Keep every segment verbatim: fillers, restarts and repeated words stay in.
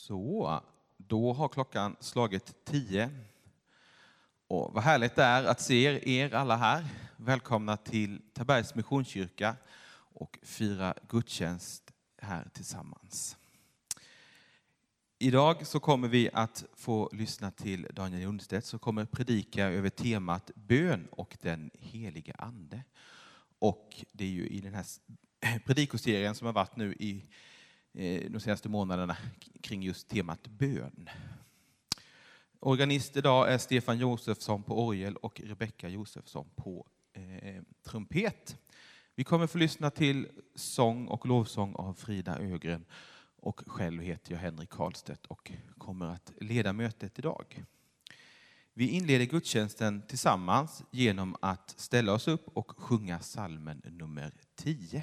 Så, då har klockan slagit tio. Och vad härligt det är att se er alla här. Välkomna till Tabergs Missionskyrka och fira gudstjänst här tillsammans. Idag så kommer vi att få lyssna till Daniel Jundstedt som kommer predika över temat bön och den heliga ande. Och det är ju i den här predikoserien som har varit nu i de senaste månaderna kring just temat bön. Organist idag är Stefan Josefsson på orgel och Rebecka Josefsson på eh, trumpet. Vi kommer få lyssna till sång och lovsång av Frida Ögren. Och själv heter jag Henrik Karlstedt och kommer att leda mötet idag. Vi inleder gudstjänsten tillsammans genom att ställa oss upp och sjunga psalmen nummer tio.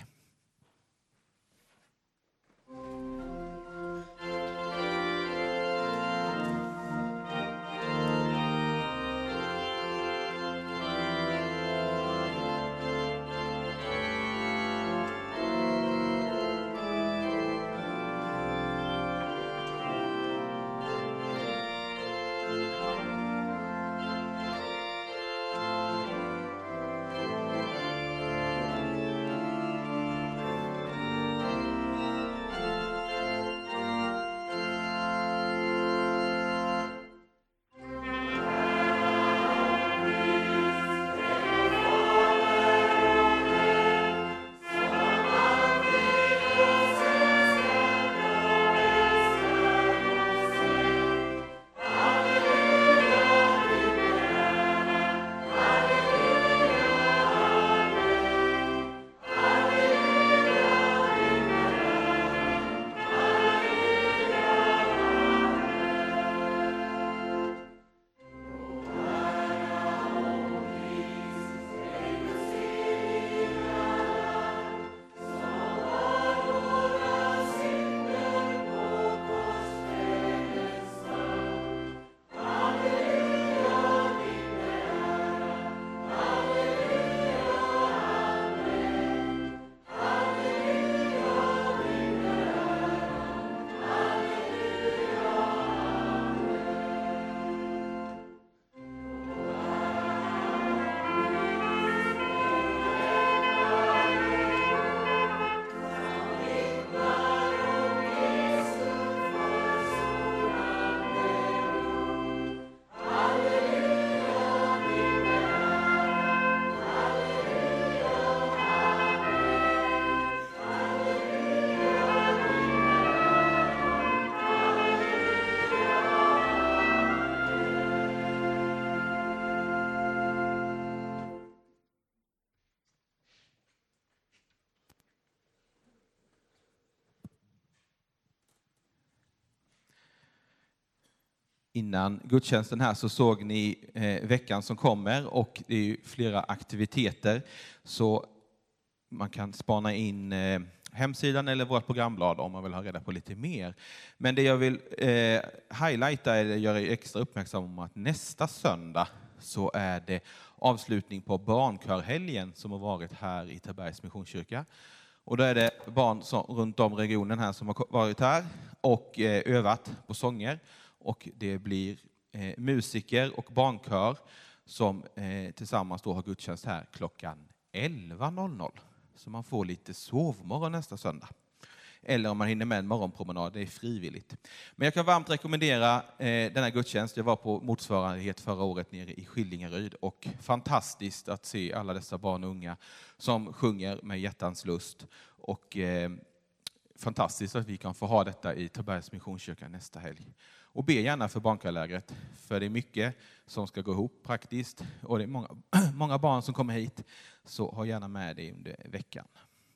Innan gudstjänsten här så såg ni eh, veckan som kommer och det är ju flera aktiviteter. Så man kan spana in eh, hemsidan eller vårt programblad om man vill ha reda på lite mer. Men det jag vill eh, highlighta eller göra extra uppmärksam om att nästa söndag så är det avslutning på barnkörhelgen som har varit här i Tabergs Missionskyrka. Och då är det barn som, runt om regionen här som har varit här och eh, övat på sånger. Och det blir eh, musiker och barnkör som eh, tillsammans då har gudstjänst här klockan elva noll noll. Så man får lite sovmorgon nästa söndag. Eller om man hinner med en morgonpromenad, det är frivilligt. Men jag kan varmt rekommendera eh, den här gudstjänst. Jag var på motsvarighet förra året nere i Skillingaryd. Och fantastiskt att se alla dessa barn och unga som sjunger med hjärtans lust. Och eh, fantastiskt att vi kan få ha detta i Tabergs Missionskyrka nästa helg. Och be gärna för barnkörlägret, för det är mycket som ska gå ihop praktiskt. Och det är många, många barn som kommer hit, så ha gärna med det under veckan.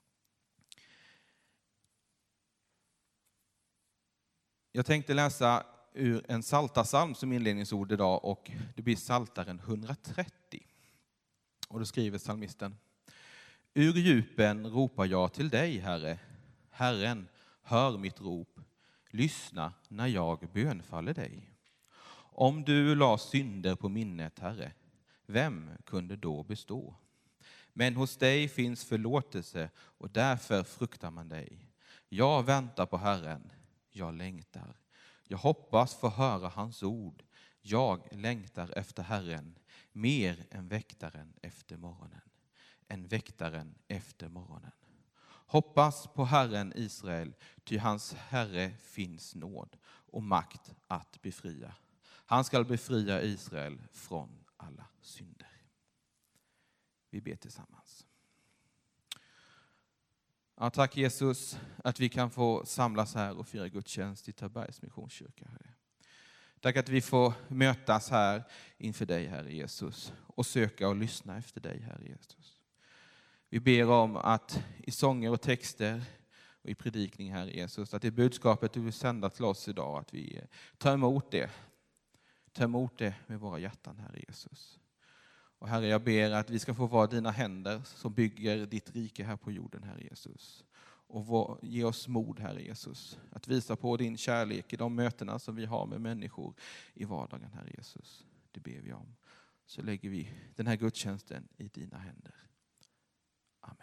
Jag tänkte läsa ur en psaltarpsalm som inledningsord idag och det blir psaltaren etthundratrettio. Och då skriver psalmisten: Ur djupen ropar jag till dig, Herre. Herren, hör mitt rop. Lyssna när jag bönfaller dig. Om du la synder på minnet, Herre, vem kunde då bestå? Men hos dig finns förlåtelse och därför fruktar man dig. Jag väntar på Herren, jag längtar. Jag hoppas få höra hans ord. Jag längtar efter Herren, mer än väktaren efter morgonen. Än väktaren efter morgonen. Hoppas på Herren Israel, ty hans Herre finns nåd och makt att befria. Han ska befria Israel från alla synder. Vi ber tillsammans. Ja, tack Jesus att vi kan få samlas här och fira gudstjänst i Tabergs Missionskyrka. Herre. Tack att vi får mötas här inför dig, Herre Jesus, och söka och lyssna efter dig, Herre Jesus. Vi ber om att i sånger och texter och i predikning, Herre Jesus, att det budskapet du vill sända till oss idag, att vi tar emot det. Ta emot det med våra hjärtan, Herre Jesus. Och Herre, jag ber att vi ska få vara dina händer som bygger ditt rike här på jorden, Herre Jesus. Och ge oss mod, Herre Jesus, att visa på din kärlek i de mötena som vi har med människor i vardagen, Herre Jesus. Det ber vi om. Så lägger vi den här gudstjänsten i dina händer. Amen.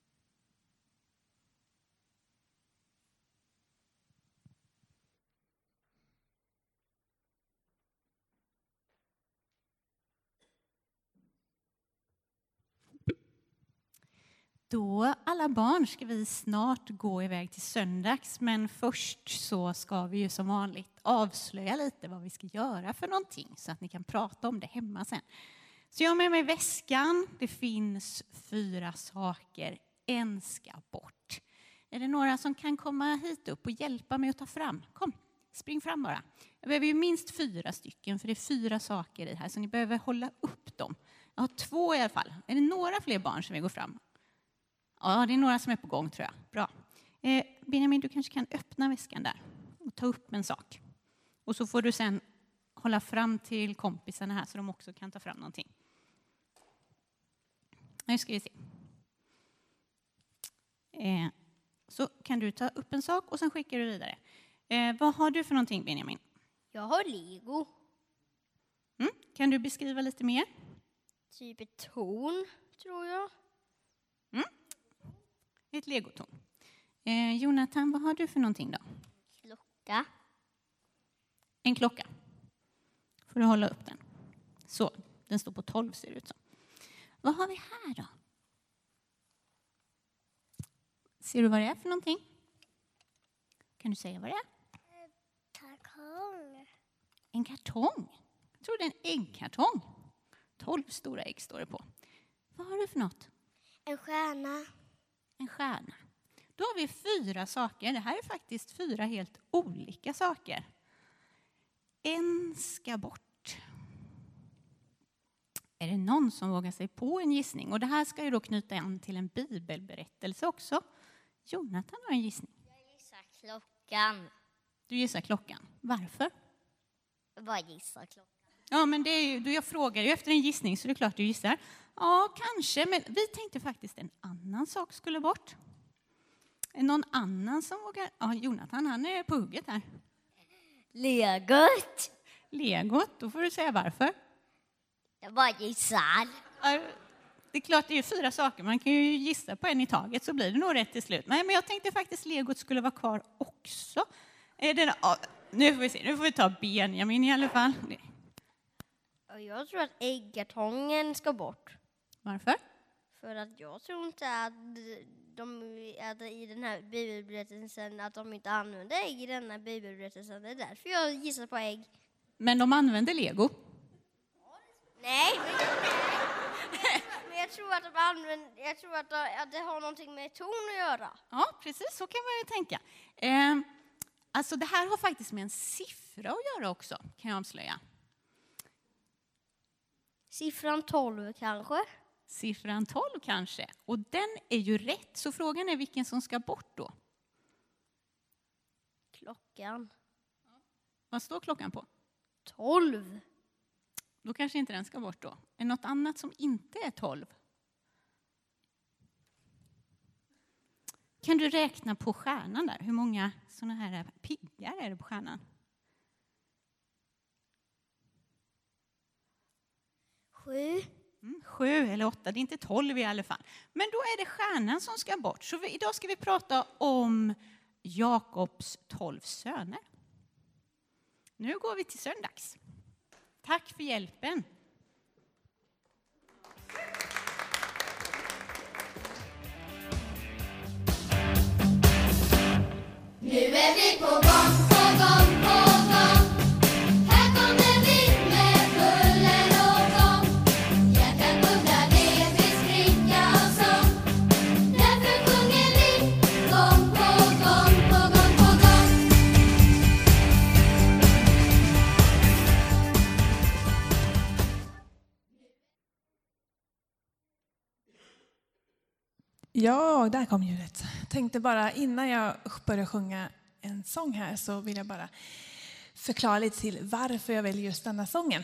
Då, alla barn, ska vi snart gå iväg till söndags. Men först så ska vi ju som vanligt avslöja lite vad vi ska göra för någonting. Så att ni kan prata om det hemma sen. Så jag har med mig väskan. Det finns fyra saker. En ska bort. Är det några som kan komma hit upp och hjälpa mig att ta fram? Kom, spring fram bara. Jag behöver ju minst fyra stycken, för det är fyra saker i här. Så ni behöver hålla upp dem. Jag har två i alla fall. Är det några fler barn som vill gå fram? Ja, det är några som är på gång, tror jag. Bra. Eh, Benjamin, du kanske kan öppna väskan där och ta upp en sak. Och så får du sen hålla fram till kompisarna här så de också kan ta fram någonting. Nu ska vi se. Eh, så kan du ta upp en sak och sen skickar du vidare. Eh, vad har du för någonting, Benjamin? Jag har Lego. Mm, kan du beskriva lite mer? Typ ett torn, tror jag. Mm. Ett legotorn. Eh, Jonathan, vad har du för någonting då? Klocka. En klocka. Får du hålla upp den. Så, den står på tolv ser det ut som. Vad har vi här då? Ser du vad det är för någonting? Kan du säga vad det är? Kartong. En kartong. Jag tror det är en äggkartong. Tolv stora ägg står det på. Vad har du för något? En stjärna. En stjärna. Då har vi fyra saker. Det här är faktiskt fyra helt olika saker. En ska bort. Är det någon som vågar sig på en gissning? Och det här ska ju då knyta an till en bibelberättelse också. Jonathan har en gissning. Jag gissar klockan. Du gissar klockan. Varför? Jag bara gissar klockan. Ja, men det är ju, jag frågar ju efter en gissning så det är klart du gissar. Ja, kanske, men vi tänkte faktiskt en annan sak skulle bort. Är någon annan som vågar? Ja, Jonathan, han är på hugget här. Legot. Legot, då får du säga varför. Jag bara gissar. Ja, det är klart, det är fyra saker. Man kan ju gissa på en i taget så blir det nog rätt till slut. Nej, men jag tänkte faktiskt legot skulle vara kvar också. Är det, ja, nu får vi se, nu får vi ta Benjamin i alla fall. Jag tror att äggkartongen ska bort. Varför? För att jag tror inte att de att i den här bibelberättelsen att de inte använder ägg i den här bibelberättelsen. Det är därför jag gissar på ägg. Men de använder lego? Nej. Men jag tror att de använder, jag tror att, de, att det har någonting med ton att göra. Ja, precis, så kan man ju tänka. Eh, alltså det här har faktiskt med en siffra att göra också, kan jag avslöja. Siffran tolv kanske? Siffran tolv kanske. Och den är ju rätt. Så frågan är vilken som ska bort då? Klockan. Vad står klockan på? tolv. Då kanske inte den ska bort då. Är det något annat som inte är tolv? Kan du räkna på stjärnan där? Hur många såna här piggar är det på stjärnan? Sju. Mm, sju eller åtta, det är inte tolv i alla fall. Men då är det stjärnan som ska bort. Så vi, idag ska vi prata om Jakobs tolv söner. Nu går vi till söndags. Tack för hjälpen. Nu är vi på gång, på gång, på gång. Här kommer vi med buller och gång. Hjärtat bubblar, det vill skrika och sång. Därför sjunger vi gång på gång, på gång, på gång. Ja, där kom ljudet. Tänkte bara innan jag börjar sjunga en sång här så vill jag bara förklara lite till varför jag väljer just denna sången.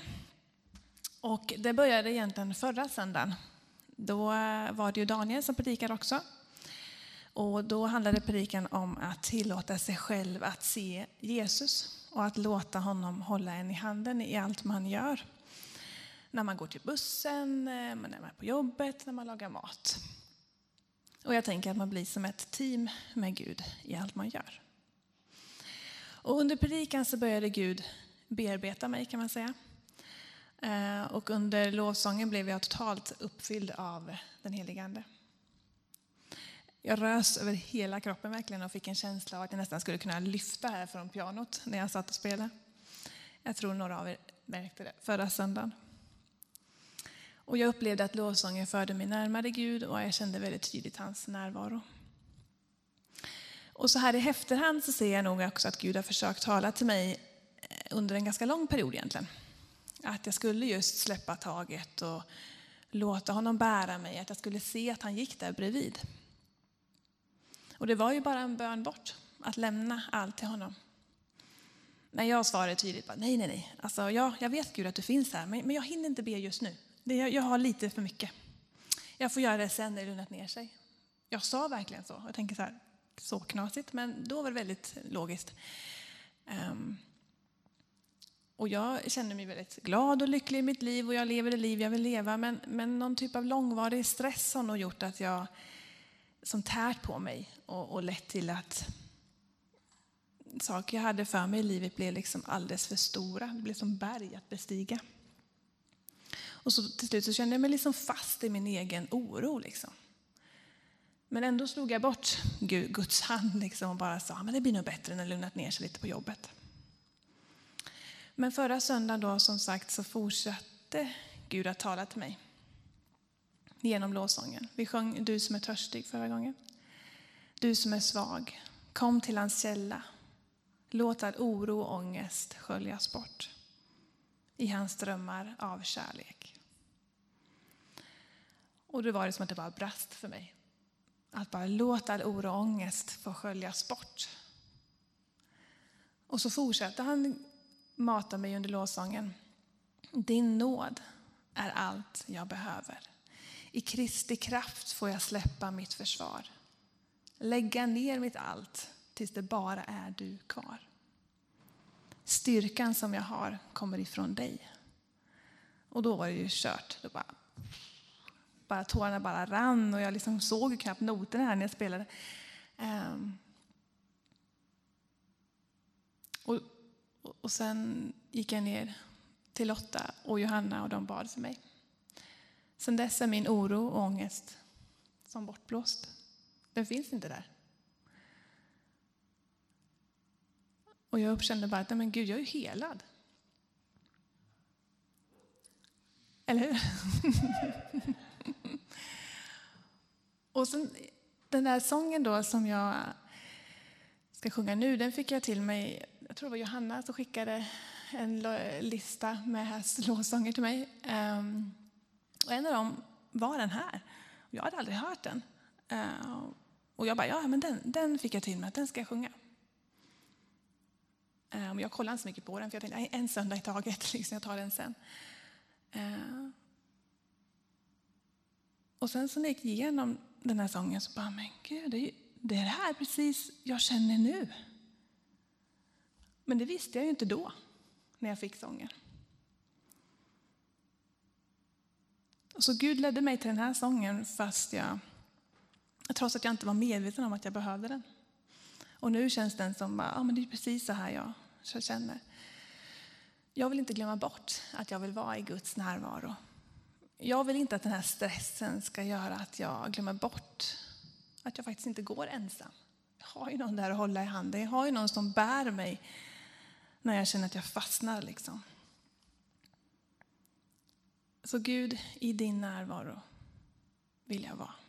Och det började egentligen förra söndagen. Då var det ju Daniel som predikade också. Och då handlade predikan om att tillåta sig själv att se Jesus och att låta honom hålla en i handen i allt man gör. När man går till bussen, när man är på jobbet, när man lagar mat. Och jag tänker att man blir som ett team med Gud i allt man gör. Och under predikan så började Gud bearbeta mig, kan man säga. Och under lovsången blev jag totalt uppfylld av den helige Ande. Jag rös över hela kroppen verkligen och fick en känsla av att jag nästan skulle kunna lyfta här från pianot när jag satt och spelade. Jag tror några av er märkte det förra söndagen. Och jag upplevde att lovsången förde mig närmare Gud och jag kände väldigt tydligt hans närvaro. Och så här i efterhand så ser jag nog också att Gud har försökt tala till mig under en ganska lång period egentligen. Att jag skulle just släppa taget och låta honom bära mig. Att jag skulle se att han gick där bredvid. Och det var ju bara en bön bort. Att lämna allt till honom. Men jag svarade tydligt, bara, nej, nej, nej. Alltså, ja, jag vet Gud att du finns här, men, men jag hinner inte be just nu. Det, jag, jag har lite för mycket. Jag får göra det sen när det lugnat ner sig. Jag sa verkligen så. Jag tänker så här, så knasigt, men då var det väldigt logiskt. Um, och jag känner mig väldigt glad och lycklig i mitt liv och jag lever det liv jag vill leva. Men, men någon typ av långvarig stress har nog gjort att jag, som tärt på mig och, och lett till att saker jag hade för mig i livet blev liksom alldeles för stora. Det blev som berg att bestiga. Och så till slut så kände jag mig liksom fast i min egen oro. Liksom. Men ändå slog jag bort Guds hand liksom och bara sa men det blir nog bättre när det lugnat ner sig lite på jobbet. Men förra söndagen då som sagt så fortsatte Gud att tala till mig. Genom lovsången. Vi sjöng Du som är törstig förra gången. Du som är svag. Kom till hans källa. Låt all oro och ångest sköljas bort. I hans drömmar av kärlek. Och då var det som att det bara brast för mig. Att bara låta all oro och ångest få sköljas bort. Och så fortsatte han mata mig under lovsången. Din nåd är allt jag behöver. I Kristi kraft får jag släppa mitt försvar. Lägga ner mitt allt tills det bara är du kvar. Styrkan som jag har kommer ifrån dig. Och då var det ju kört. Då bara, bara tårarna bara rann och jag liksom såg knappt noterna här när jag spelade. Um, och, och sen gick jag ner till Lotta och Johanna och de bad för mig. Sen dess är min oro och ångest som bortblåst. Den finns inte där. Och jag uppkände bara att men Gud, jag är ju helad. Eller hur? Och sen den där sången då som jag ska sjunga nu, den fick jag till mig. Jag tror det var Johanna som skickade en lista med här lovsånger till mig. Um, och en av dem var den här. Jag hade aldrig hört den. Uh, och jag bara, ja men den, den fick jag till mig att den ska jag sjunga. Um, jag kollade inte så mycket på den för jag tänkte en söndag i taget, liksom, jag tar den sen. Uh, och sen så när jag gick igenom den här sången så bara, men gud, det är, det är det här precis jag känner nu. Men det visste jag ju inte då när jag fick sången. Och så Gud ledde mig till den här sången fast jag, trots att jag inte var medveten om att jag behövde den. Och nu känns den som, ja men det är precis så här jag känner. jag vill inte glömma bort att jag vill vara i Guds närvaro. Jag vill inte att den här stressen ska göra att jag glömmer bort att jag faktiskt inte går ensam. Jag har ju någon där att hålla i handen. Jag har ju någon som bär mig när jag känner att jag fastnar liksom. Så Gud, i din närvaro vill jag vara.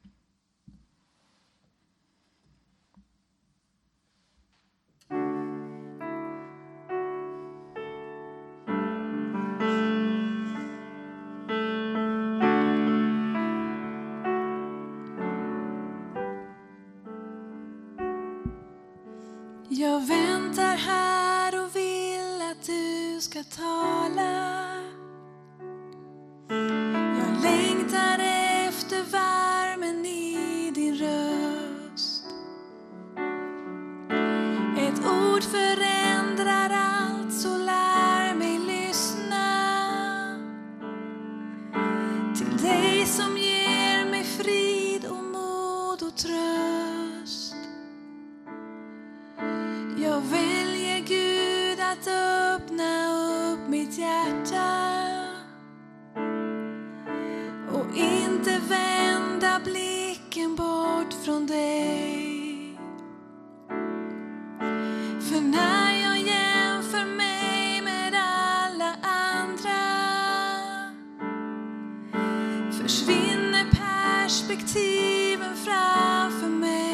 Jag väntar här och vill att du ska tala. Jag längtar efter värmen i din röst. Ett ord förändrar allt, så lär mig lyssna till dig som ger mig frid och mod och tröst. Jag väljer Gud att öppna upp mitt hjärta och inte vända blicken bort från dig. För när jag jämför mig med alla andra försvinner perspektiven framför mig.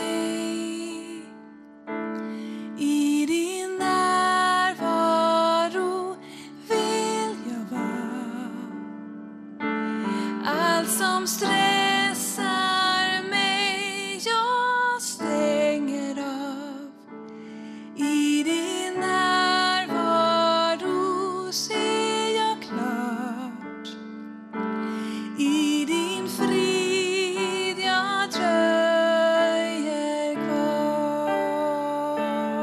I din närvaro vill jag vara. Allt som stressar mig jag stänger av. I din närvaro ser jag klart. I din frid jag dröjer kvar.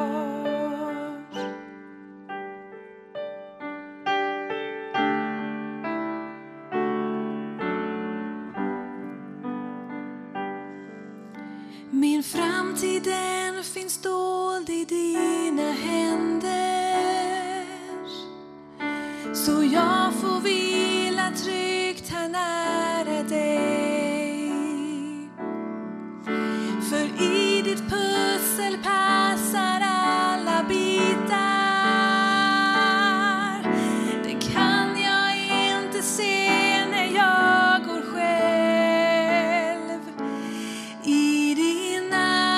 Min framtid den finns dold i dina händer, så jag får vila tryggt här nära dig. För i ditt pussel passar alla bitar. Det kan jag inte se när jag går själv. I din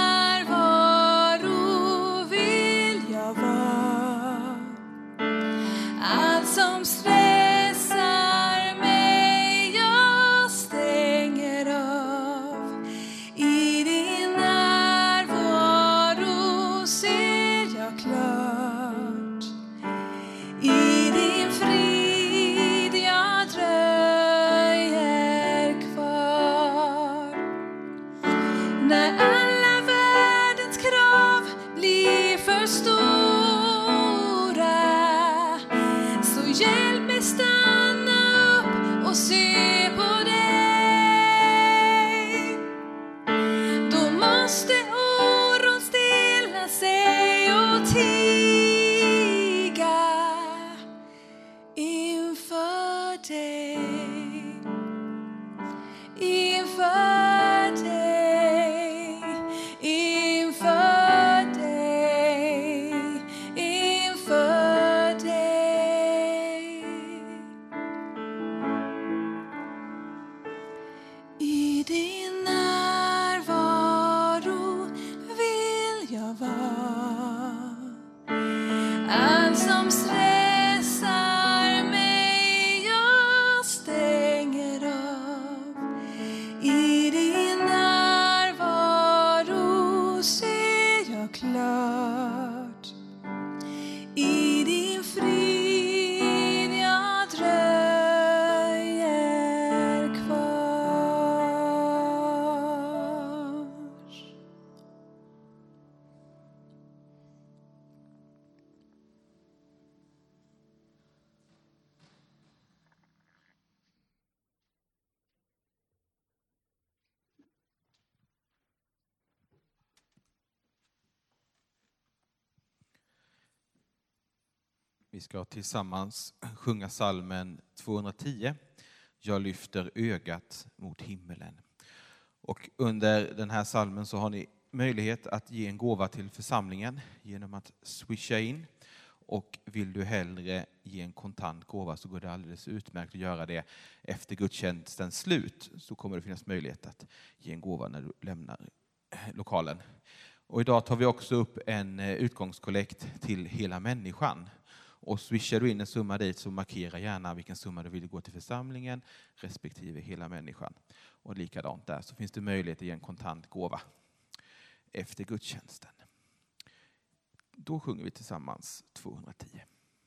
närvaro vill jag vara. Allt som stressar mig jag stänger av. I din närvaro ser jag klart. I din frid jag dröjer kvar. När alla världens krav blir för stora, så hjälp mig stanna upp och se på dig. Då måste oron stilla sig och tiga inför dig. Inför dig, inför dig, inför dig. I din närvaro vill jag vara. Allt som stressar mig jag stänger av. I din närvaro ser jag klart. I din frid jag dröjer kvar. Vi ska tillsammans sjunga salmen tvåhundratio. Jag lyfter ögat mot himmelen. Och under den här salmen så har ni möjlighet att ge en gåva till församlingen genom att swisha in. Och vill du hellre ge en kontant gåva så går det alldeles utmärkt att göra det efter gudstjänstens slut. Så kommer det finnas möjlighet att ge en gåva när du lämnar lokalen. Och idag tar vi också upp en utgångskollekt till hela människan. Och swishar du in en summa dit så markera gärna vilken summa du vill gå till församlingen respektive hela människan. Och likadant där så finns det möjlighet att ge en kontant gåva efter gudstjänsten. Då sjunger vi tillsammans tvåhundratio.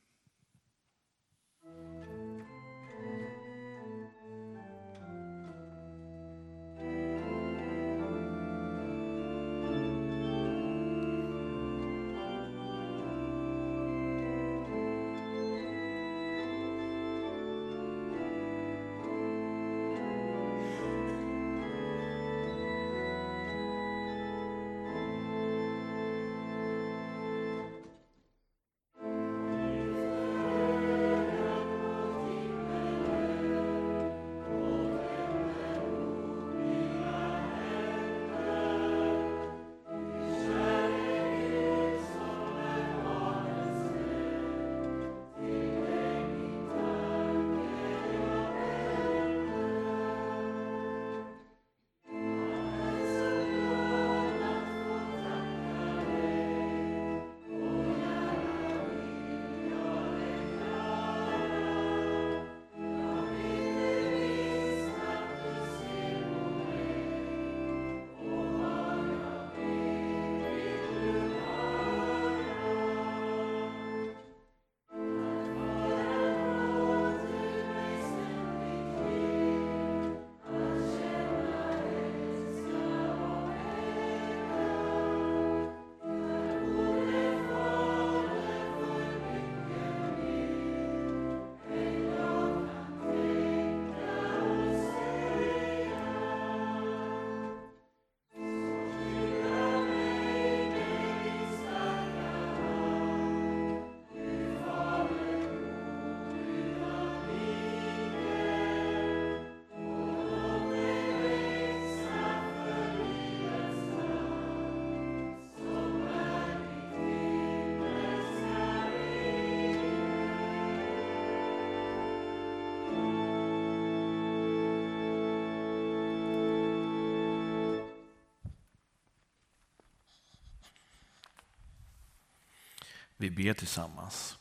Vi ber tillsammans.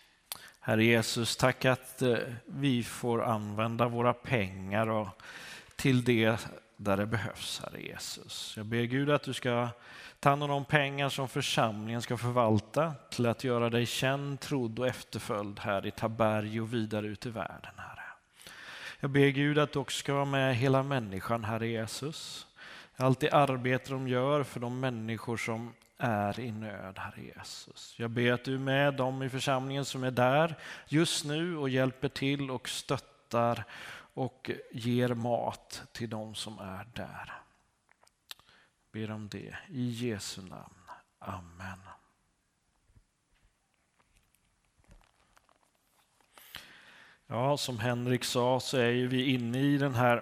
Herre Jesus, tack att vi får använda våra pengar och till det där det behövs, Herre Jesus. Jag ber Gud att du ska ta hand om de pengar som församlingen ska förvalta till att göra dig känd, trodd och efterföljd här i Taberg och vidare ut i världen, Herre. Jag ber Gud att du också ska vara med hela människan, Herre Jesus. Allt det arbete de gör för de människor som är i nöd, Herre Jesus. Jag ber att du är med dem i församlingen som är där just nu och hjälper till och stöttar och ger mat till dem som är där. Ber om det i Jesu namn. Amen. Ja, som Henrik sa så är ju vi inne i den här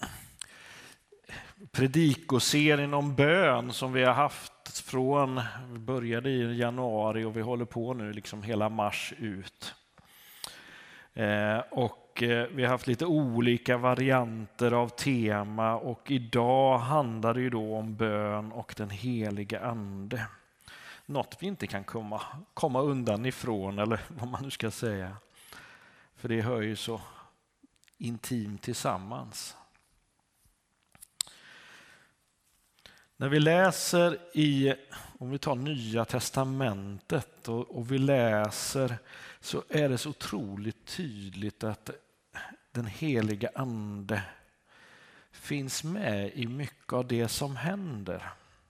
predikoserien om bön som vi har haft från, vi började i januari och vi håller på nu liksom hela mars ut. Eh, och eh, vi har haft lite olika varianter av tema och idag handlar det ju då om bön och den heliga ande. Något vi inte kan komma, komma undan ifrån eller vad man nu ska säga. För det hör ju så intimt tillsammans. När vi läser i, om vi tar Nya testamentet och, och vi läser så är det så otroligt tydligt att den heliga ande finns med i mycket av det som händer.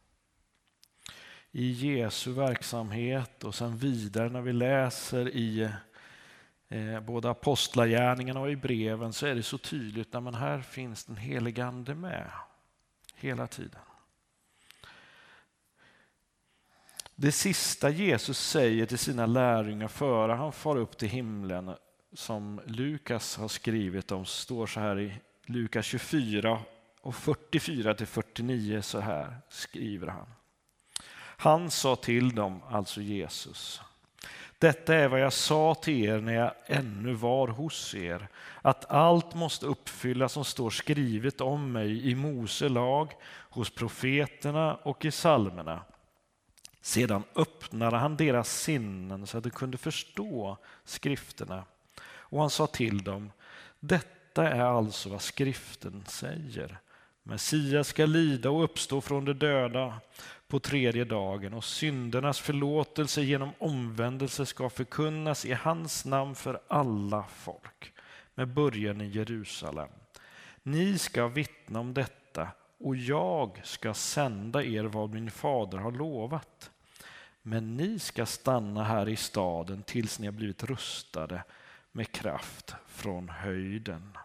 I Jesu verksamhet och sen vidare när vi läser i eh, både apostlagärningarna och i breven så är det så tydligt att men här finns den heliga ande med hela tiden. Det sista Jesus säger till sina lärjungar före han far upp till himlen, som Lukas har skrivit om, står så här i Lukas tjugofyra och fyrtiofyra till fyrtionio, så här skriver han. Han sa till dem, alltså Jesus: detta är vad jag sa till er när jag ännu var hos er, att allt måste uppfyllas som står skrivet om mig i Mose lag, hos profeterna och i psalmerna. Sedan öppnade han deras sinnen så att de kunde förstå skrifterna. Och han sa till dem: detta är alltså vad skriften säger. Messias ska lida och uppstå från de döda på tredje dagen, och syndernas förlåtelse genom omvändelse ska förkunnas i hans namn för alla folk, med början i Jerusalem. Ni ska vittna om detta, och jag ska sända er vad min fader har lovat. Men ni ska stanna här i staden tills ni har blivit rustade med kraft från höjden.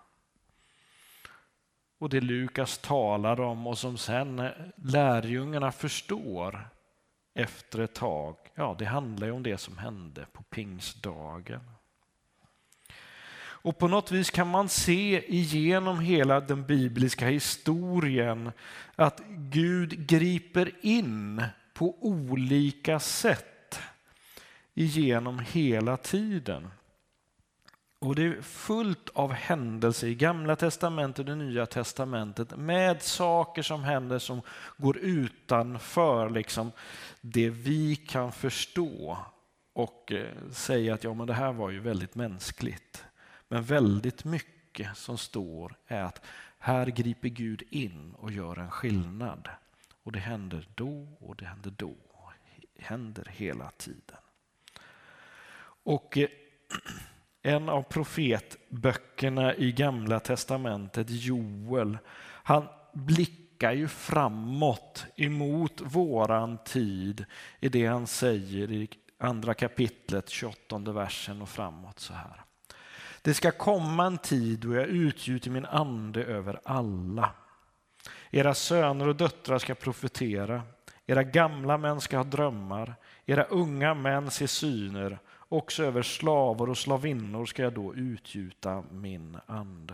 Och det Lukas talar om och som sen lärjungarna förstår efter ett tag, ja, det handlar ju om det som hände på pingstdagen. Och på något vis kan man se igenom hela den bibliska historien att Gud griper in på olika sätt igenom hela tiden. Och det är fullt av händelser i Gamla testamentet och det Nya testamentet med saker som händer som går utanför liksom det vi kan förstå och säga att ja, men det här var ju väldigt mänskligt. Men väldigt mycket som står är att här griper Gud in och gör en skillnad. Och det händer då och det händer då. Det händer hela tiden. Och en av profetböckerna i Gamla testamentet, Joel, han blickar ju framåt emot våran tid i det han säger i andra kapitlet, tjugoåttonde versen och framåt så här. Det ska komma en tid då jag utgjuter min ande över alla. Era söner och döttrar ska profetera, era gamla män ska ha drömmar, era unga män se syner. Också över slavar och slavinnor ska jag då utgjuta min ande.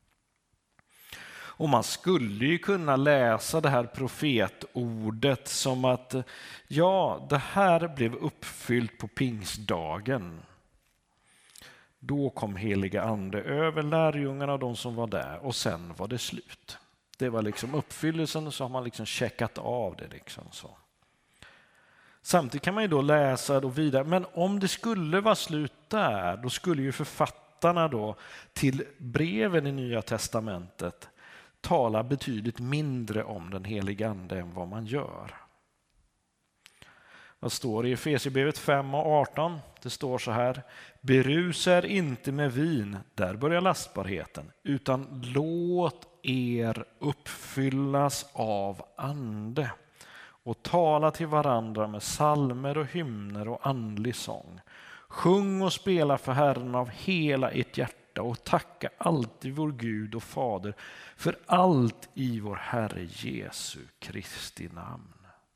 Och man skulle ju kunna läsa det här profetordet som att ja, det här blev uppfyllt på pingstdagen. Då kom heliga ande över lärjungarna och de som var där, och sen var det slut. Det var liksom uppfyllelsen, så har man liksom checkat av det liksom så. Samtidigt kan man ju då läsa då vidare, men om det skulle vara slut där, då skulle ju författarna då till breven i Nya testamentet tala betydligt mindre om den heliga ande än vad man gör. Vad står det i Efesierbrevet fem och arton? Det står så här: berusa er inte med vin, där börjar lastbarheten, utan låt er uppfyllas av ande och tala till varandra med psalmer och hymner och andlig sång. Sjung och spela för Herren av hela ert hjärta och tacka alltid vår Gud och Fader för allt i vår Herre Jesu Kristi namn.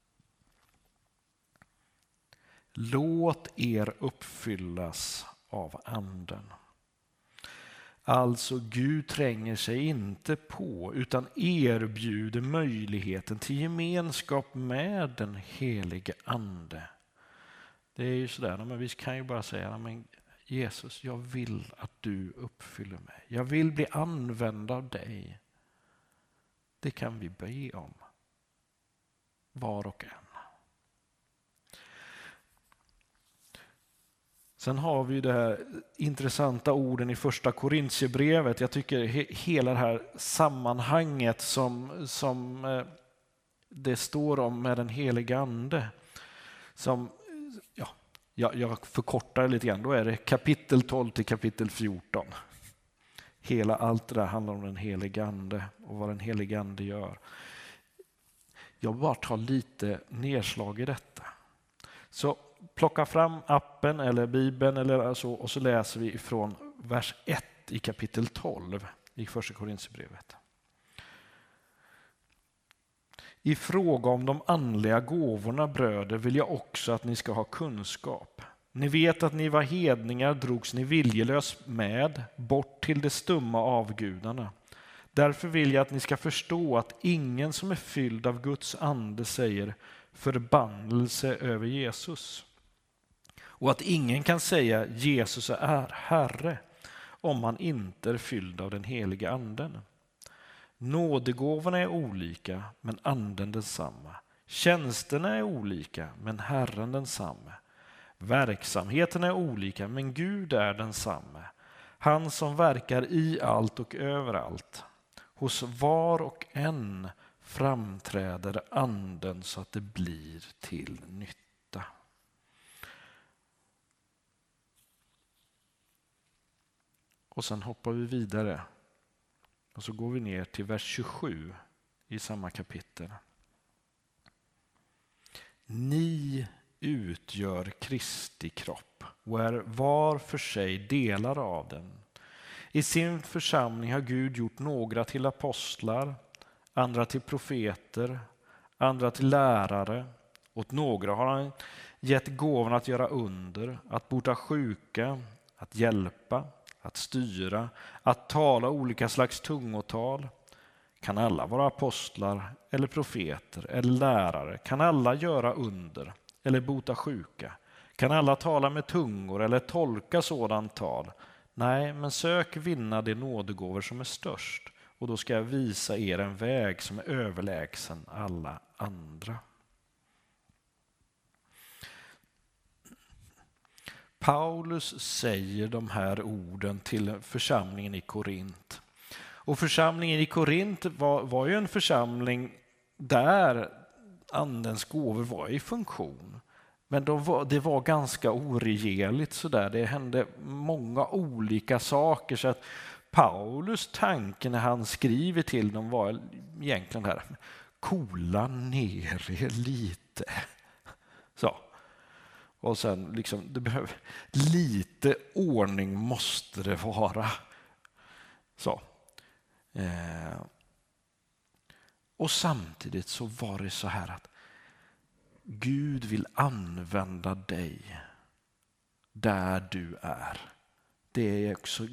Låt er uppfyllas av anden. Alltså Gud tränger sig inte på utan erbjuder möjligheten till gemenskap med den helige ande. Det är ju sådär, men vi kan ju bara säga, men Jesus, jag vill att du uppfyller mig. Jag vill bli använd av dig. Det kan vi be om. Var och en. Sen har vi det här intressanta orden i första Korintierbrevet. Jag tycker he- hela det här sammanhanget som, som eh, det står om med den heliga ande. Som, ja, jag, jag förkortar lite grann. Då är det kapitel tolv till kapitel fjorton. Hela allt det där handlar om den heliga ande och vad den heliga ande gör. Jag bara tar lite nedslag i detta. Så plocka fram appen eller Bibeln eller så, och så läser vi från vers ett i kapitel tolv i första Korintierbrevet. I fråga om de andliga gåvorna, bröder, vill jag också att ni ska ha kunskap. Ni vet att ni var hedningar, drogs ni viljelöst med bort till de stumma avgudarna. Därför vill jag att ni ska förstå att ingen som är fylld av Guds ande säger förbannelse över Jesus. Och att ingen kan säga Jesus är Herre om man inte är fylld av den heliga anden. Nådegåvorna är olika, men anden densamma. Tjänsterna är olika, men Herren densamma. Verksamheterna är olika, men Gud är densamma. Han som verkar i allt och överallt. Hos var och en framträder anden så att det blir till nytta. Och sen hoppar vi vidare. Och så går vi ner till vers tjugosju i samma kapitel. Ni utgör Kristi kropp och är var för sig delar av den. I sin församling har Gud gjort några till apostlar, andra till profeter, andra till lärare. Åt några har han gett gåvan att göra under, att bota sjuka, att hjälpa, att styra, att tala olika slags tungotal. Kan alla vara apostlar eller profeter eller lärare? Kan alla göra under eller bota sjuka? Kan alla tala med tungor eller tolka sådant tal? Nej, men sök vinna de nådegåvor som är störst, och då ska jag visa er en väg som är överlägsen alla andra. Paulus säger de här orden till församlingen i Korint. Och församlingen i Korint var, var ju en församling där andens gåvor var i funktion. Men de var, det var ganska oregerligt så där. Det hände många olika saker, så att Paulus tanke när han skriver till dem var egentligen här: coola ner er lite. Så. Och sen liksom, det behöver, lite ordning måste det vara. Så. Eh. Och samtidigt så var det så här att Gud vill använda dig där du är. Det är också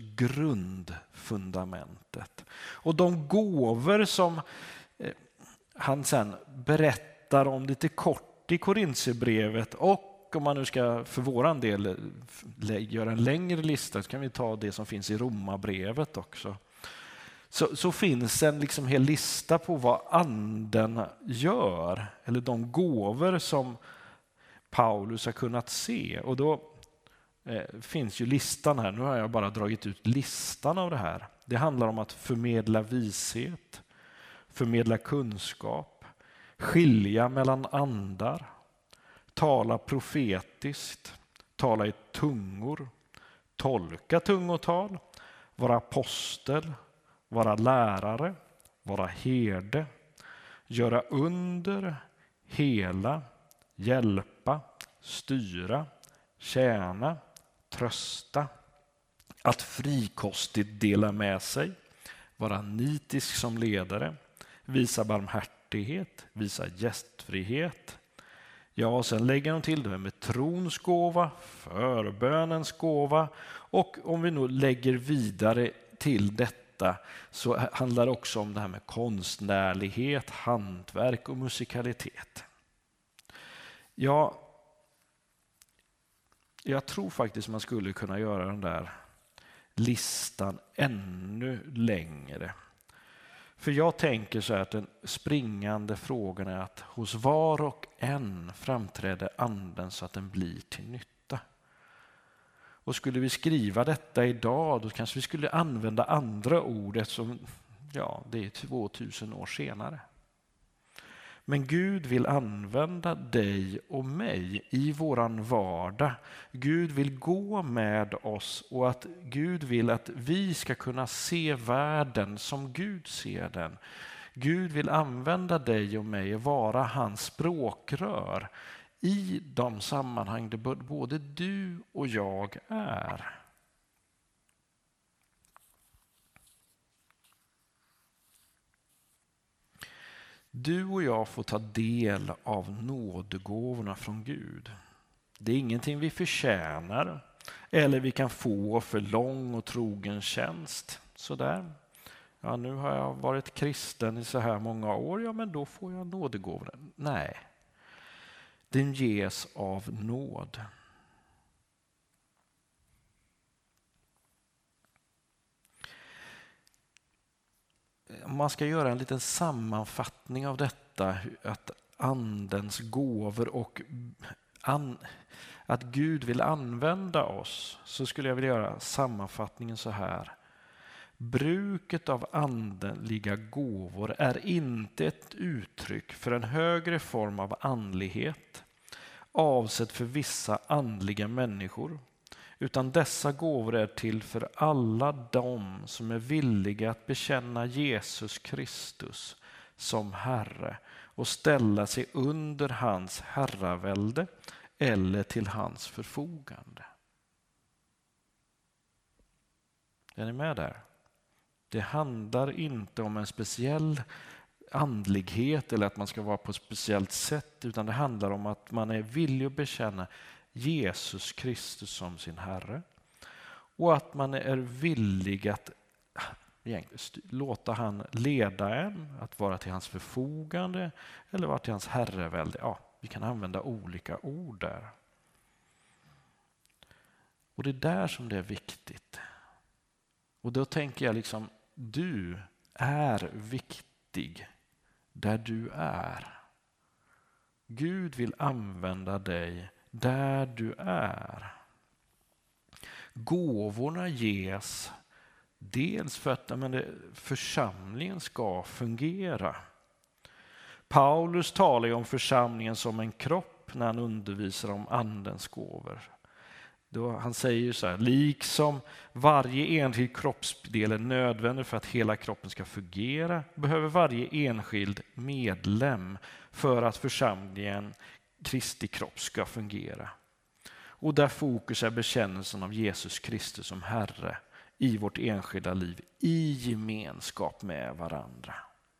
grundfundamentet. Och de gåvor som eh, han sen berättar om lite kort i Korintierbrevet, och om man nu ska för våran del göra en längre lista, så kan vi ta det som finns i Romarbrevet också. Så, så finns en liksom hel lista på vad anden gör, eller de gåvor som Paulus har kunnat se. Och då eh, finns ju listan här. Nu har jag bara dragit ut listan av det här. Det handlar om att förmedla vishet, förmedla kunskap, skilja mellan andar, tala profetiskt, tala i tungor, tolka tungotal, vara apostel, vara lärare, vara herde, göra under, hela, hjälpa, styra, tjäna, trösta, att frikostigt dela med sig, vara nitisk som ledare, visa barmhärtighet, visa gästfrihet. Ja, och sen lägger de till det med trons gåva, förbönens gåva, och om vi nu lägger vidare till detta så handlar det också om det här med konstnärlighet, hantverk och musikalitet. Ja, jag tror faktiskt man skulle kunna göra den där listan ännu längre. För jag tänker så här att den springande frågan är att hos var och en framträder anden så att den blir till nytta. Och skulle vi skriva detta idag, då kanske vi skulle använda andra ord, eftersom ja, det är tvåtusen år senare. Men Gud vill använda dig och mig i våran vardag. Gud vill gå med oss, och att Gud vill att vi ska kunna se världen som Gud ser den. Gud vill använda dig och mig och vara hans språkrör i de sammanhang där både du och jag är. Du och jag får ta del av nådegåvorna från Gud. Det är ingenting vi förtjänar eller vi kan få för lång och trogen tjänst. Sådär. Ja, nu har jag varit kristen i så här många år, ja men då får jag nådegåvorna. Nej, den ges av nåd. Om man ska göra en liten sammanfattning av detta, att andens gåvor och an, att Gud vill använda oss, så skulle jag vilja göra sammanfattningen så här. Bruket av andliga gåvor är inte ett uttryck för en högre form av andlighet avsett för vissa andliga människor, utan dessa gåvor är till för alla de som är villiga att bekänna Jesus Kristus som Herre och ställa sig under hans herravälde eller till hans förfogande. Är ni med där? Det handlar inte om en speciell andlighet eller att man ska vara på ett speciellt sätt, utan det handlar om att man är villig att bekänna Jesus Kristus som sin Herre och att man är villig att låta han leda en, att vara till hans förfogande eller vara till hans herravälde. Ja, vi kan använda olika ord där. Och det är där som det är viktigt. Och då tänker jag liksom, du är viktig där du är. Gud vill använda dig där du är. Gåvorna ges dels för att men det, församlingen ska fungera. Paulus talar ju om församlingen som en kropp när han undervisar om andens gåvor. Då han säger ju så här, liksom varje enskild kroppsdel är nödvändig för att hela kroppen ska fungera, behöver varje enskild medlem för att församlingen, Kristi kropp, ska fungera. Och där fokus är bekännelsen av Jesus Kristus som Herre i vårt enskilda liv, i gemenskap med varandra.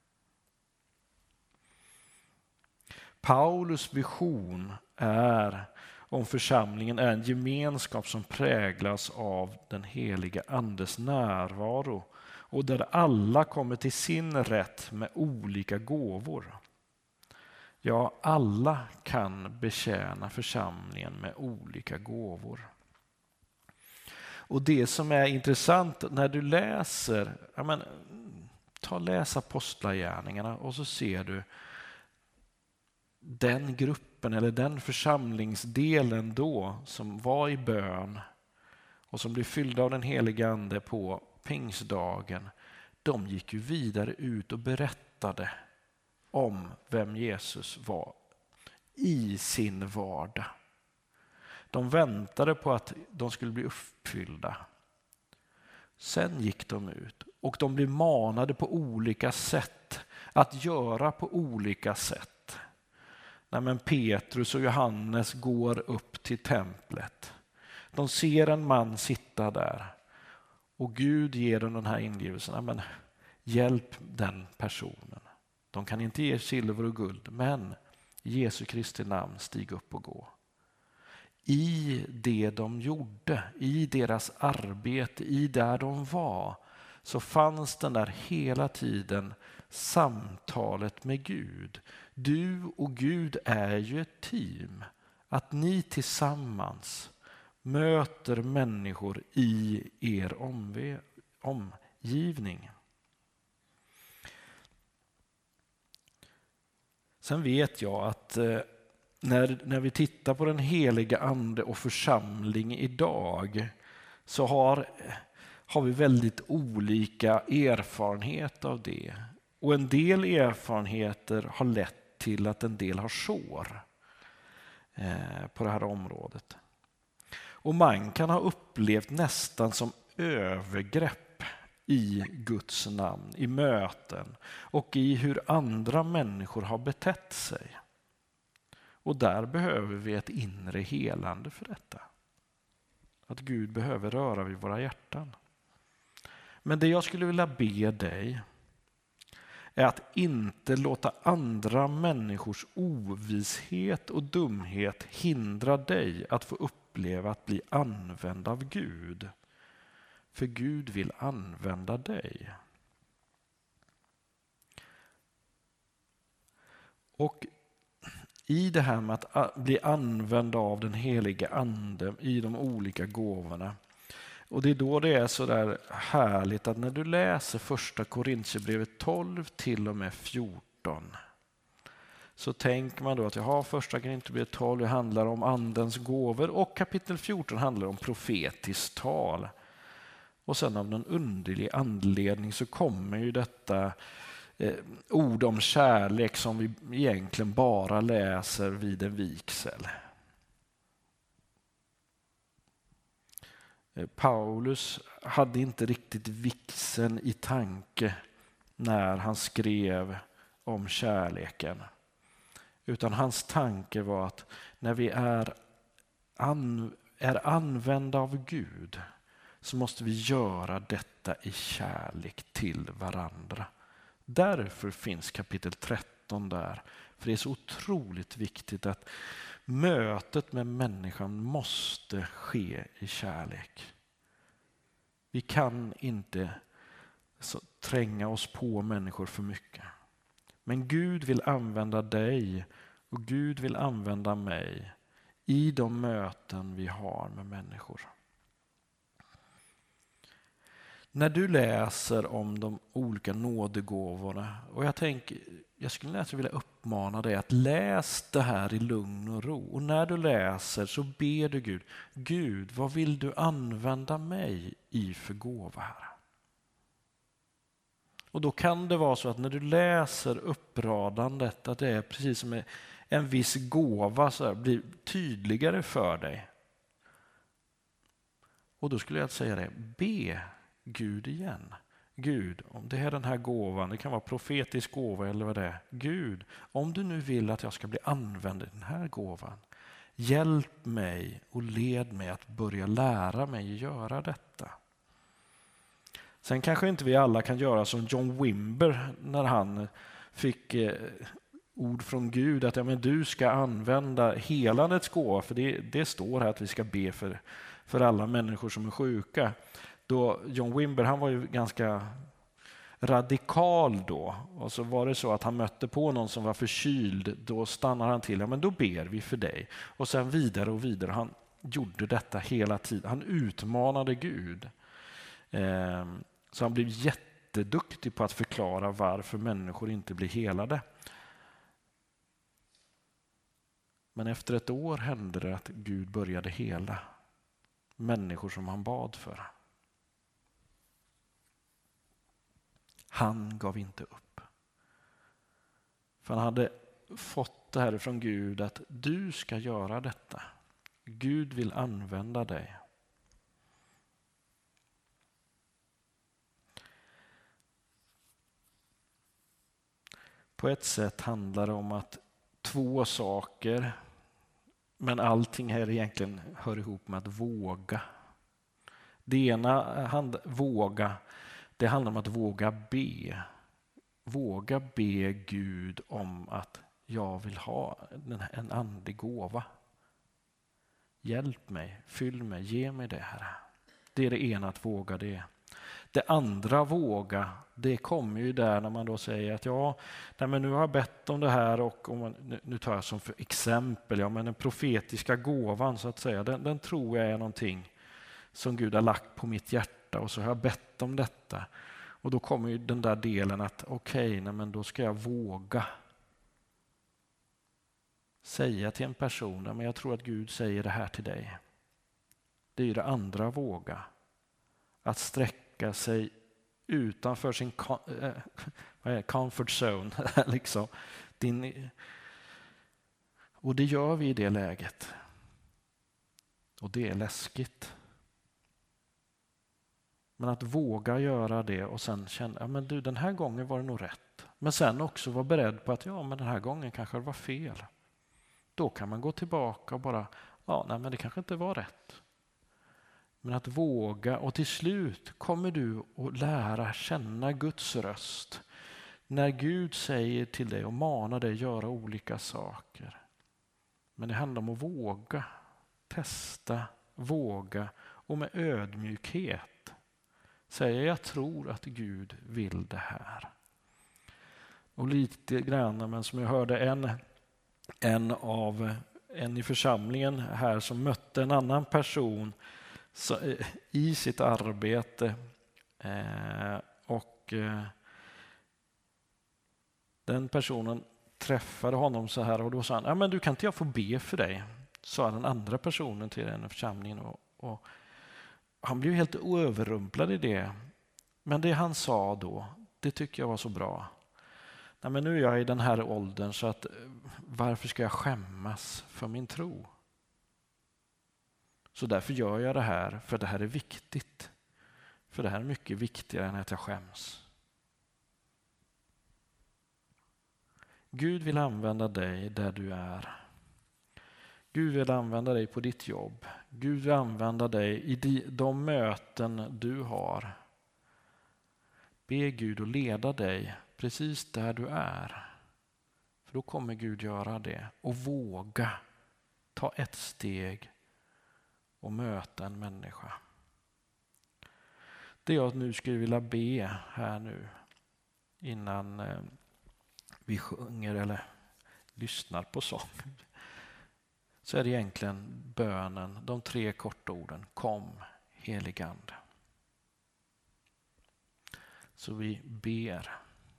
Paulus vision är om församlingen är en gemenskap som präglas av den heliga andes närvaro och där alla kommer till sin rätt med olika gåvor. Ja, alla kan betjäna församlingen med olika gåvor. Och det som är intressant när du läser, ja men, ta och läs apostlagärningarna och så ser du den gruppen eller den församlingsdelen då som var i bön och som blev fyllda av den heliga ande på pingstdagen, de gick ju vidare ut och berättade om vem Jesus var i sin vardag. De väntade på att de skulle bli uppfyllda. Sen gick de ut och de blev manade på olika sätt att göra på olika sätt. Nej, men Petrus och Johannes går upp till templet. De ser en man sitta där och Gud ger dem den här ingivelsen. Men hjälp den personen. De kan inte ge silver och guld, men i Jesu Kristi namn, stig upp och gå. I det de gjorde, i deras arbete, i där de var, så fanns den där hela tiden samtalet med Gud. Du och Gud är ju ett team. Att ni tillsammans möter människor i er omve- omgivning. Sen vet jag att eh, när, när vi tittar på den heliga ande och församling idag så har, har vi väldigt olika erfarenhet av det. Och en del erfarenheter har lett till att en del har sår eh, på det här området. Och man kan ha upplevt nästan som övergrepp i Guds namn, i möten och i hur andra människor har betett sig. Och där behöver vi ett inre helande för detta. Att Gud behöver röra vid våra hjärtan. Men det jag skulle vilja be dig är att inte låta andra människors ovishet och dumhet hindra dig att få uppleva att bli använd av Gud. För Gud vill använda dig. Och i det här med att bli använd av den heliga ande i de olika gåvorna. Och det är då det är så där härligt att när du läser första Korintierbrevet tolv till och med fjorton så tänker man då att jag har första Korintierbrevet tolv, det handlar om andens gåvor, och kapitel fjorton handlar om profetiskt tal. Och sen av någon underlig anledning så kommer ju detta eh, ord om kärlek som vi egentligen bara läser vid en vigsel. Paulus hade inte riktigt vigseln i tanke när han skrev om kärleken. Utan hans tanke var att när vi är, an, är använda av Gud så måste vi göra detta i kärlek till varandra. Därför finns kapitel tretton där. För det är så otroligt viktigt att mötet med människan måste ske i kärlek. Vi kan inte så tränga oss på människor för mycket. Men Gud vill använda dig och Gud vill använda mig i de möten vi har med människor. När du läser om de olika nådegåvorna, och jag tänker, jag skulle nästan vilja uppmana dig att läs det här i lugn och ro. Och när du läser så ber du Gud, Gud, vad vill du använda mig i för gåva här? Och då kan det vara så att när du läser uppradandet att det är precis som en viss gåva så här, blir tydligare för dig. Och då skulle jag säga det, be Gud igen. Gud, om det är den här gåvan, det kan vara profetisk gåva eller vad det är. Gud, om du nu vill att jag ska bli använd i den här gåvan, hjälp mig och led mig att börja lära mig göra detta. Sen kanske inte vi alla kan göra som John Wimber när han fick eh, ord från Gud att ja, men du ska använda helandets gåva, för det, det står här att vi ska be för, för alla människor som är sjuka. Då John Wimber, han var ju ganska radikal då, och så var det så att han mötte på någon som var förkyld, då stannar han till, ja men då ber vi för dig. Och sen vidare och vidare, han gjorde detta hela tiden, han utmanade Gud. Eh, så han blev jätteduktig på att förklara varför människor inte blir helade. Men efter ett år hände det att Gud började hela människor som han bad för. Han gav inte upp. För han hade fått det här från Gud att du ska göra detta. Gud vill använda dig. På ett sätt handlar det om att två saker, men allting här egentligen hör ihop med att våga. Det ena, hand, våga, det handlar om att våga be. Våga be Gud om att jag vill ha en andlig gåva. Hjälp mig, fyll mig, ge mig det här. Det är det ena, att våga det. Det andra, våga, det kommer ju där när man då säger att ja, nej men nu har jag bett om det här, och om man, nu tar jag som för exempel, ja men den profetiska gåvan så att säga, den, den tror jag är någonting som Gud har lagt på mitt hjärta, och så har jag bett om detta. Och då kommer ju den där delen att okej, okay, nej men då ska jag våga säga till en person, men jag tror att Gud säger det här till dig. Det är ju det andra, våga. Att sträcka sig utanför sin comfort zone. liksom. Din, och det gör vi i det läget. Och det är läskigt. Men att våga göra det och sen känna, ja men du, den här gången var det nog rätt. Men sen också vara beredd på att ja, men den här gången kanske det var fel. Då kan man gå tillbaka och bara, ja nej men det kanske inte var rätt. Men att våga, och till slut kommer du att lära känna Guds röst. När Gud säger till dig och manar dig göra olika saker. Men det handlar om att våga, testa, våga och med ödmjukhet säga jag tror att Gud vill det här. Och lite grann, men som jag hörde en, en av en i församlingen här som mötte en annan person så, i sitt arbete eh, och eh, den personen träffade honom så här och då sa han, ja, men du kan inte jag få be för dig, sa den andra personen till den församlingen och, och han blev helt överrumplad i det. Men det han sa då, det tycker jag var så bra. Nej, men nu är jag i den här åldern så att varför ska jag skämmas för min tro? Så därför gör jag det här, för det här är viktigt. För det här är mycket viktigare än att jag skäms. Gud vill använda dig där du är. Gud vill använda dig på ditt jobb. Gud vill använda dig i de möten du har. Be Gud att leda dig precis där du är. För då kommer Gud göra det. Och våga ta ett steg och möta en människa. Det jag nu skulle vilja be här nu innan vi sjunger eller lyssnar på sång, så är det egentligen bönen, de tre korta orden, kom heligande. Så vi ber.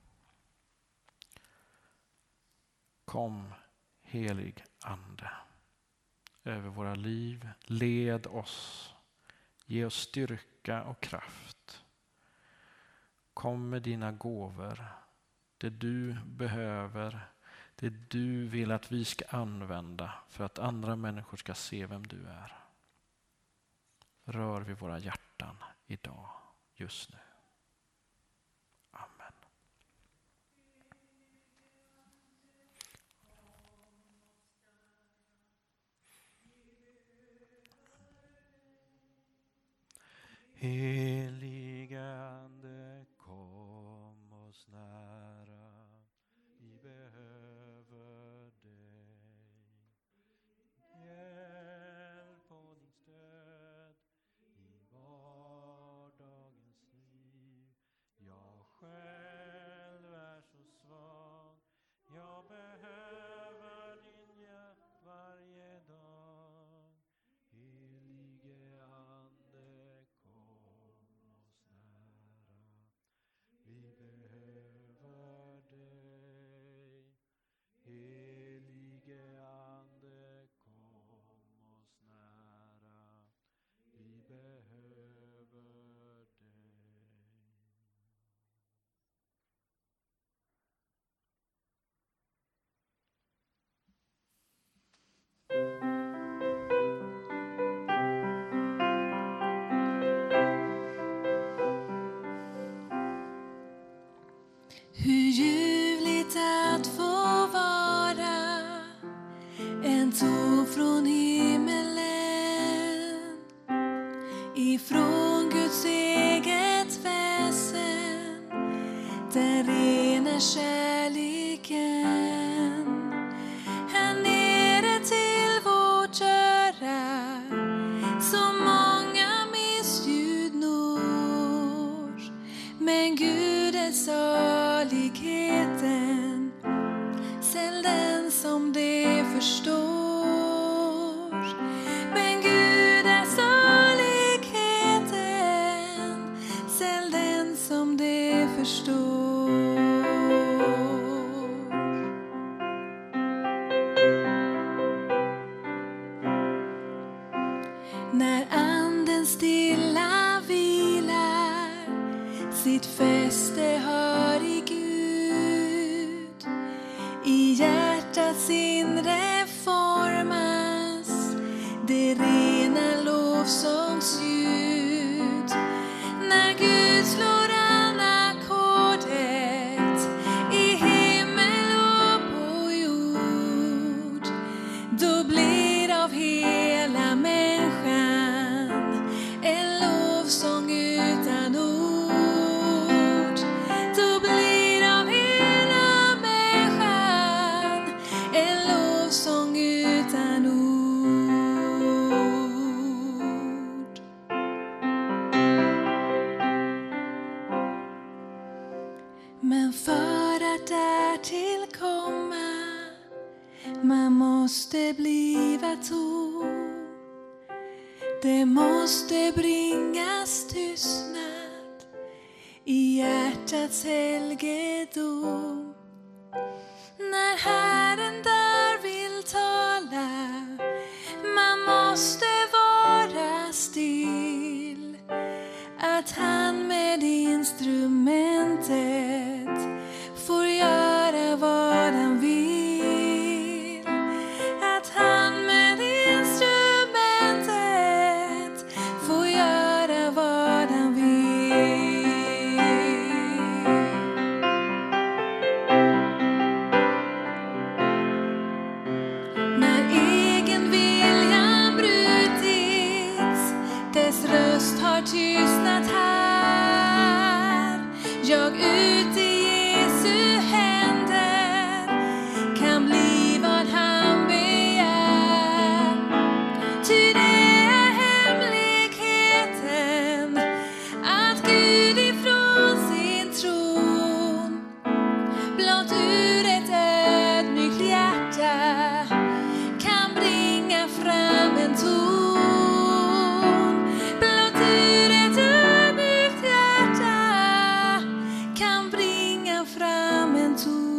Kom helig ande över våra liv, led oss, ge oss styrka och kraft. Kom med dina gåvor, det du behöver, det du vill att vi ska använda för att andra människor ska se vem du är. Rör vid våra hjärtan idag, just nu. Amen. Helige Ande, kom oss nära. Vi behöver dig. Hjälp och din stöd i vardagens liv. Jag själv är så svag. Jag behöver din hjälp varje dag. Helige Ande, kom oss nära. Vi behöver dig. Helige Ande, kom oss nära. Vi behöver dig. Hur ljuvligt att få vara en ton från himmelen, ifrån Guds eget väsen, den rena kärleken. Här nere till vårt öra, så många missljud når, men Gud är saligheten, säll den som det förstår. Men Gud är saligheten, säll den som det förstår. När anden stilla vilar, sitt fäste har i Gud, i hjärtats inre formas det rena lovsångsljud. När Gud slår an ackordet i himmel och på jord, då blir av hela människan en lovsång utan ord. Då blir av hela att därtill komma, man måste bliva tom. Det måste bringas tystnad i hjärtats helgedom. När Herren där vill tala, man måste vara still. Att han med instrumentet får göra vad han vill. Att han med instrumentet får göra vad han vill. När egen viljan brutits, dess röst har tystnat här. Jag ut i Jesu händer kan bli vad han begär. Ty det är hemligheten att Gud ifrån sin tron blott ur ett ödmjukt hjärta kan bringa fram en ton. Blott ur ett ödmjukt hjärta kan bringa fram en ton.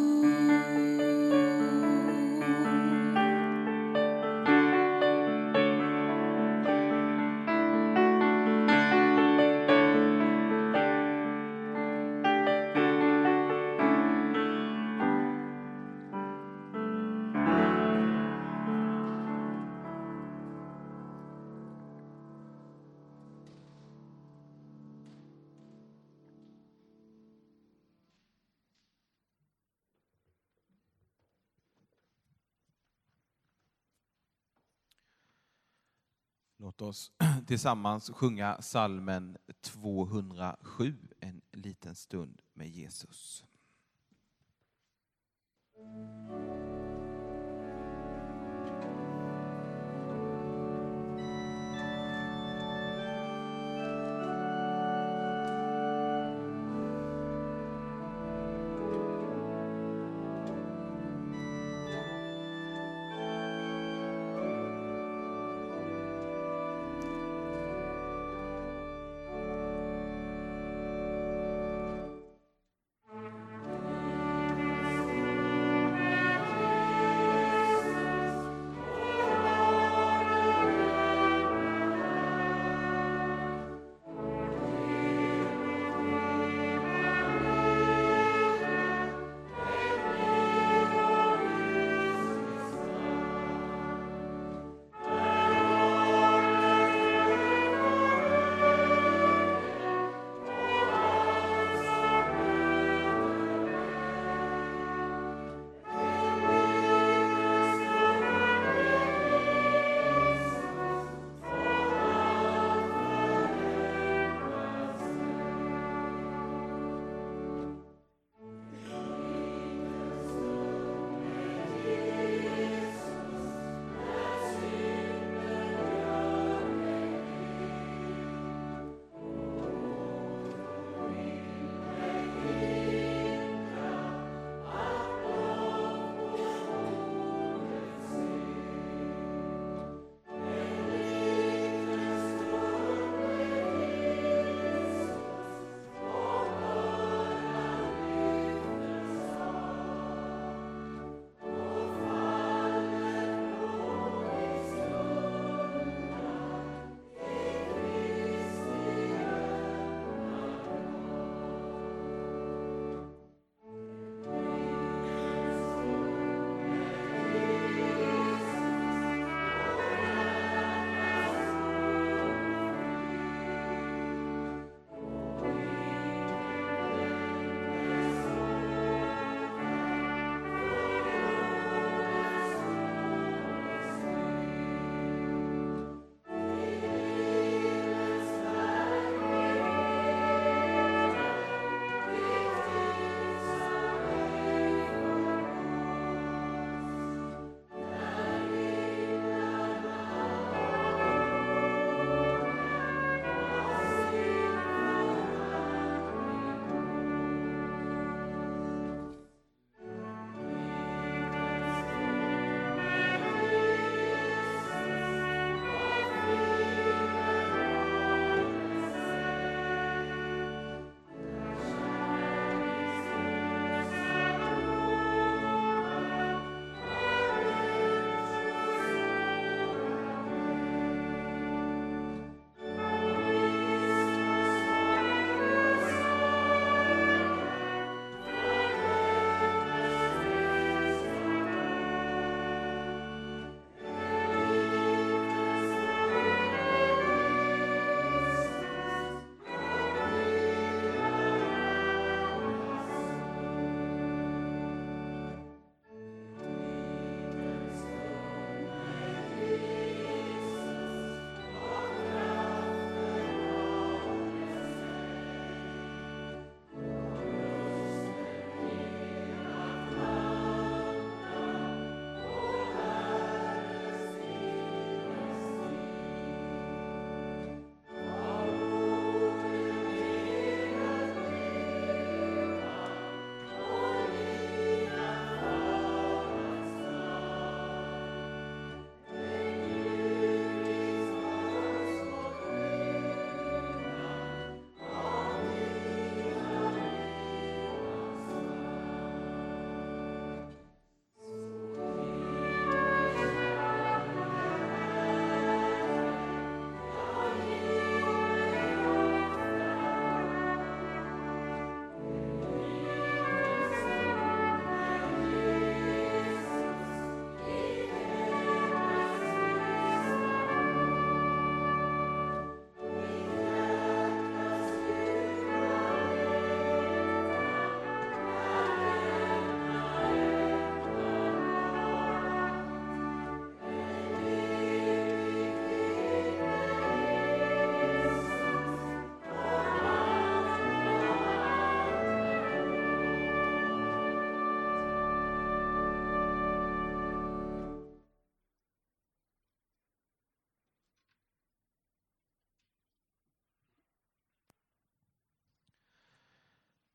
Låt oss tillsammans sjunga psalmen tvåhundrasju, en liten stund med Jesus.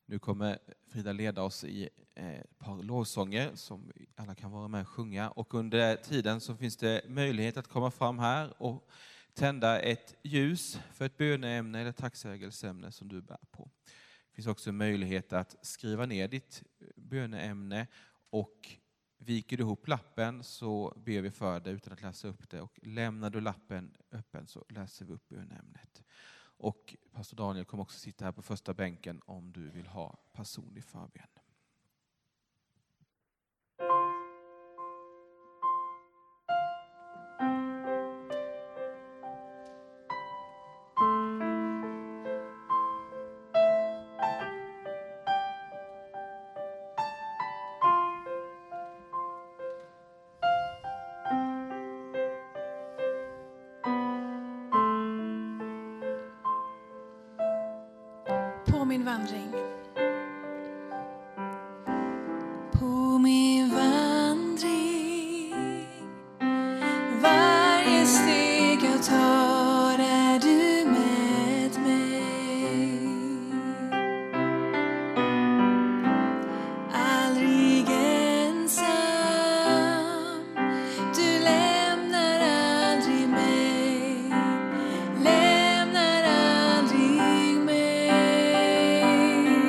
Nu kommer Frida leda oss i ett par lovsånger som alla kan vara med och sjunga. Och under tiden så finns det möjlighet att komma fram här och tända ett ljus för ett böneämne eller tacksägelseämne som du bär på. Det finns också möjlighet att skriva ner ditt böneämne, och viker du ihop lappen så ber vi för dig utan att läsa upp det, och lämnar du lappen öppen så läser vi upp böneämnet. Och pastor Daniel kommer också sitta här på första bänken om du vill ha personlig förbön. På min vandring. På min vandring. Varje steg jag tar är du med mig. Aldrig ensam. Du lämnar aldrig mig. Lämnar aldrig mig.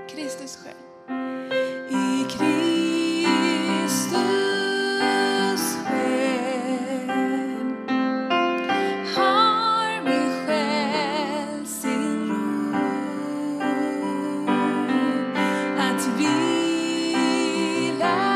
Kristus själv. I Kristus själ har min själ sin ro att vila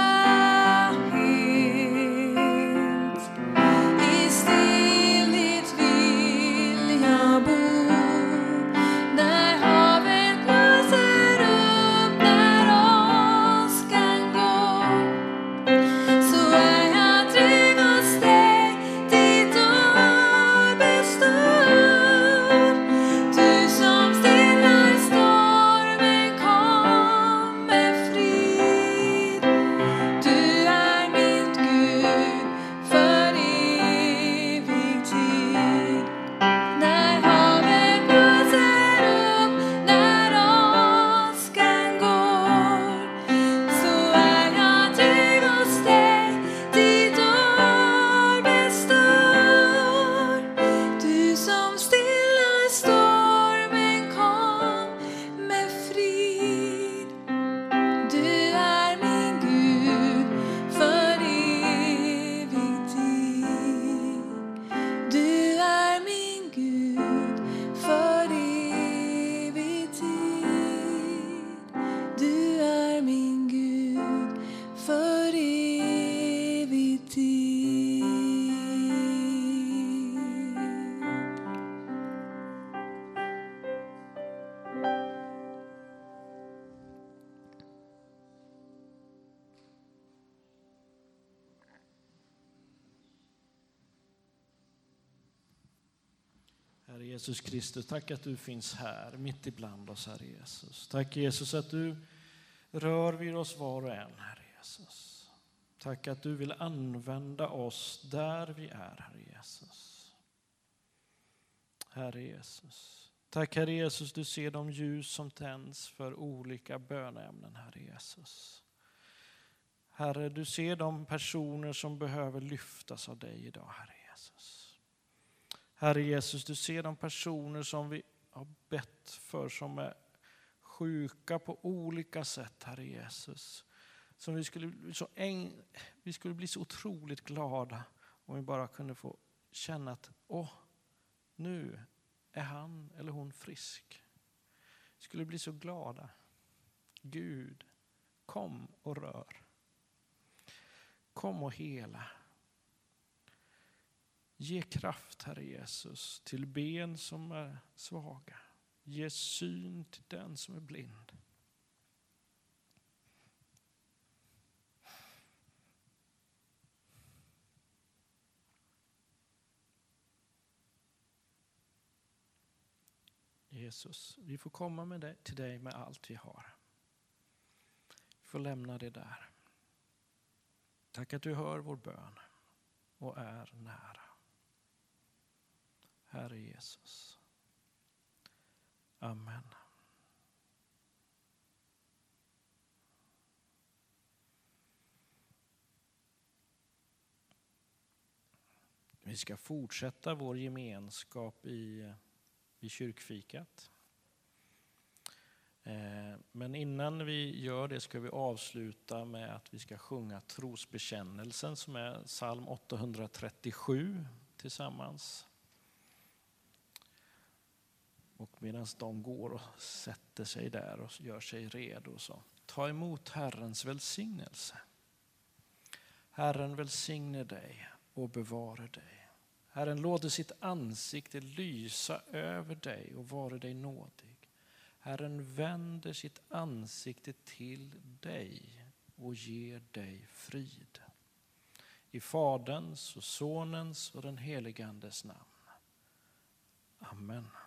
helt. I stillhet vill jag bo där havet blåser upp, när åskan går. Så är jag trygg hos dig, ditt ord består. Du som stillar stormen, kom med frid. Du är mitt Gud för evig tid. När havet blåser upp, när åskan går, så är jag trygg hos dig, ditt ord består. Du som stillar stormen, kom med frid. Du är min Gud för evig tid. Du är min Gud för evig tid. Du är min Gud för evig tid. Herre Jesus Kristus, tack att du finns här mitt ibland oss, Herre Jesus. Tack Jesus att du rör vid oss var och en, Herre Jesus. Tack att du vill använda oss där vi är, Herre Jesus. Herre Jesus. Tack Herre Jesus, du ser de ljus som tänds för olika böneämnen, Herre Jesus. Herre, du ser de personer som behöver lyftas av dig idag, Herre Jesus. Herre Jesus, du ser de personer som vi har bett för, som är sjuka på olika sätt, Herre Jesus. Som vi skulle bli så, äng, vi skulle bli så otroligt glada om vi bara kunde få känna att åh, nu är han eller hon frisk. Vi skulle bli så glada. Gud, kom och rör. Kom och hela. Ge kraft, Herre Jesus, till ben som är svaga. Ge syn till den som är blind. Jesus, vi får komma med dig, till dig med allt vi har. Vi får lämna det där. Tack att du hör vår bön och är nära. Herre Jesus. Amen. Vi ska fortsätta vår gemenskap i, i kyrkfikat. Men innan vi gör det ska vi avsluta med att vi ska sjunga trosbekännelsen som är psalm åttahundratrettiosju tillsammans. Och medan de går och sätter sig där och gör sig redo, så ta emot Herrens välsignelse. Herren välsigne dig och bevara dig. Herren låter sitt ansikte lysa över dig och vara dig nådig. Herren vänder sitt ansikte till dig och ger dig frid. I Faderns och Sonens och den helige Andes namn. Amen.